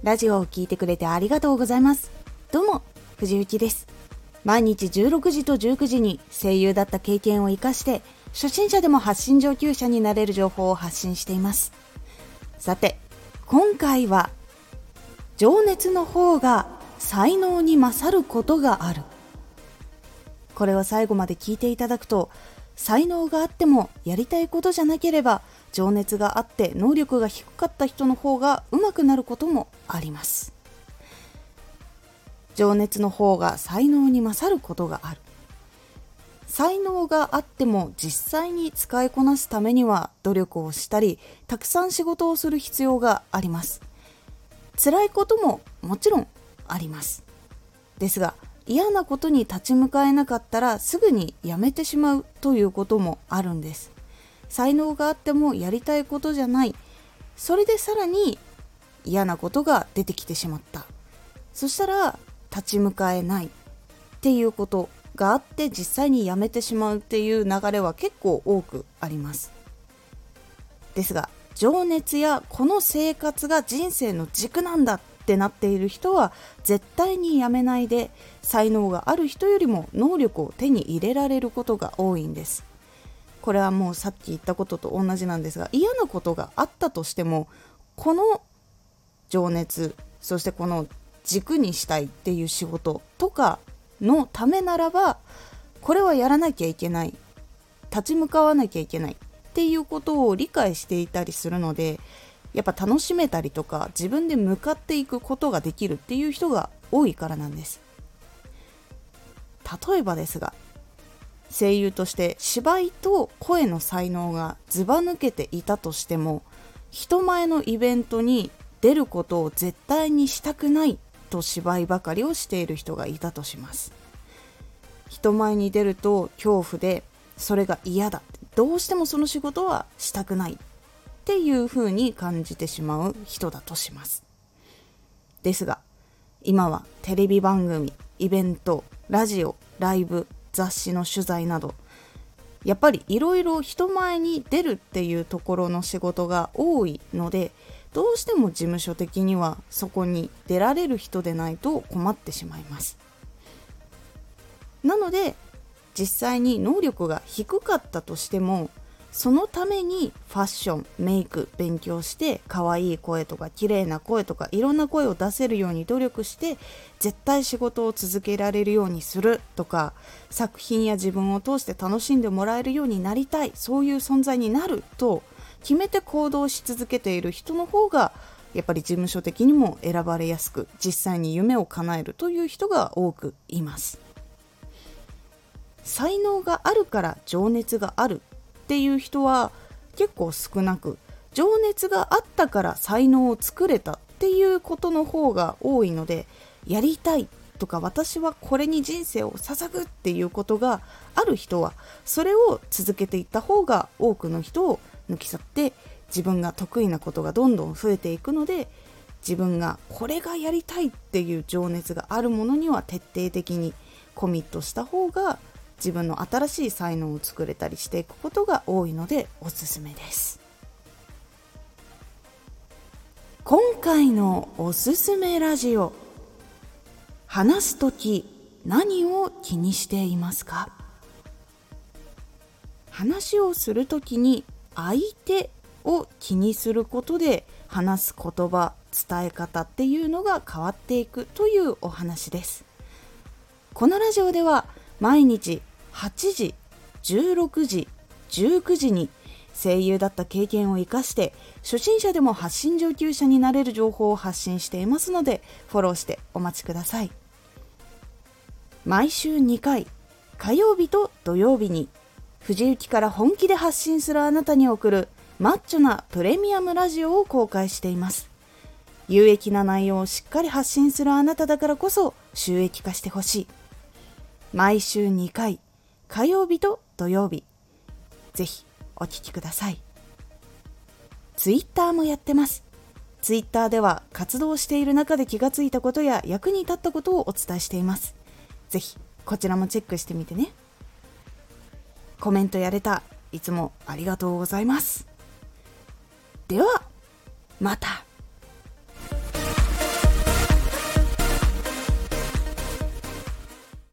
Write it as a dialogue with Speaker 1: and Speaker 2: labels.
Speaker 1: ラジオを聞いてくれてありがとうございます。どうも、藤幸です。毎日16時と19時に声優だった経験を生かして初心者でも発信上級者になれる情報を発信しています。さて、今回は情熱の方が才能に勝ることがある。これを最後まで聞いていただくと、才能があってもやりたいことじゃなければ情熱があって能力が低かった人の方が上手くなることもあります。情熱の方が才能に勝ることがある。才能があっても実際に使いこなすためには努力をしたり、たくさん仕事をする必要があります。辛いことももちろんあります。ですが、嫌なことに立ち向かえなかったらすぐにやめてしまうということもあるんです。才能があってもやりたいことじゃない。それでさらに嫌なことが出てきてしまった。そしたら立ち向かえないっていうことがあって実際にやめてしまうっていう流れは結構多くあります。ですが、情熱やこの生活が人生の軸なんだってなっている人は絶対にやめないで、才能がある人よりも能力を手に入れられることが多いんです。これはもうさっき言ったことと同じなんですが、嫌なことがあったとしてもこの情熱、そしてこの軸にしたいっていう仕事とかのためならば、これはやらなきゃいけない、立ち向かわなきゃいけないっていうことを理解していたりするので、やっぱ楽しめたりとか自分で向かっていくことができるっていう人が多いからなんです。例えばですが、声優として芝居と声の才能がずば抜けていたとしても、人前のイベントに出ることを絶対にしたくないと芝居ばかりをしている人がいたとします。人前に出ると恐怖で、それが嫌だ、どうしてもその仕事はしたくないっていう風に感じてしまう人だとします。ですが、今はテレビ番組、イベント、ラジオ、ライブ、雑誌の取材など、やっぱりいろいろ人前に出るっていうところの仕事が多いので、どうしても事務所的にはそこに出られる人でないと困ってしまいます。なので実際に能力が低かったとしても、そのためにファッション、メイク勉強して可愛い声とか綺麗な声とかいろんな声を出せるように努力して絶対仕事を続けられるようにするとか、作品や自分を通して楽しんでもらえるようになりたい、そういう存在になると決めて行動し続けている人の方がやっぱり事務所的にも選ばれやすく、実際に夢を叶えるという人が多くいます。才能があるから情熱があるっていう人は結構少なく、情熱があったから才能を作れたっていうことの方が多いので、やりたいとか私はこれに人生を捧ぐっていうことがある人はそれを続けていった方が多くの人を抜き去って、自分が得意なことがどんどん増えていくので、自分がこれがやりたいっていう情熱があるものには徹底的にコミットした方が自分の新しい才能を作れたりしていくことが多いのでおすすめです。今回のおすすめラジオ、話すとき何を気にしていますか？話をするときに相手を気にすることで話す言葉、伝え方っていうのが変わっていくというお話です。このラジオでは毎日8時、16時、19時に声優だった経験を生かして初心者でも発信上級者になれる情報を発信していますので、フォローしてお待ちください。毎週2回、火曜日と土曜日に藤雪から本気で発信するあなたに送るマッチョなプレミアムラジオを公開しています。有益な内容をしっかり発信するあなただからこそ収益化してほしい。毎週2回、火曜日と土曜日、ぜひお聞きください。ツイッターもやってます。ツイッターでは活動している中で気がついたことや役に立ったことをお伝えしています。ぜひこちらもチェックしてみてね。コメントやれた、いつもありがとうございます。ではまた。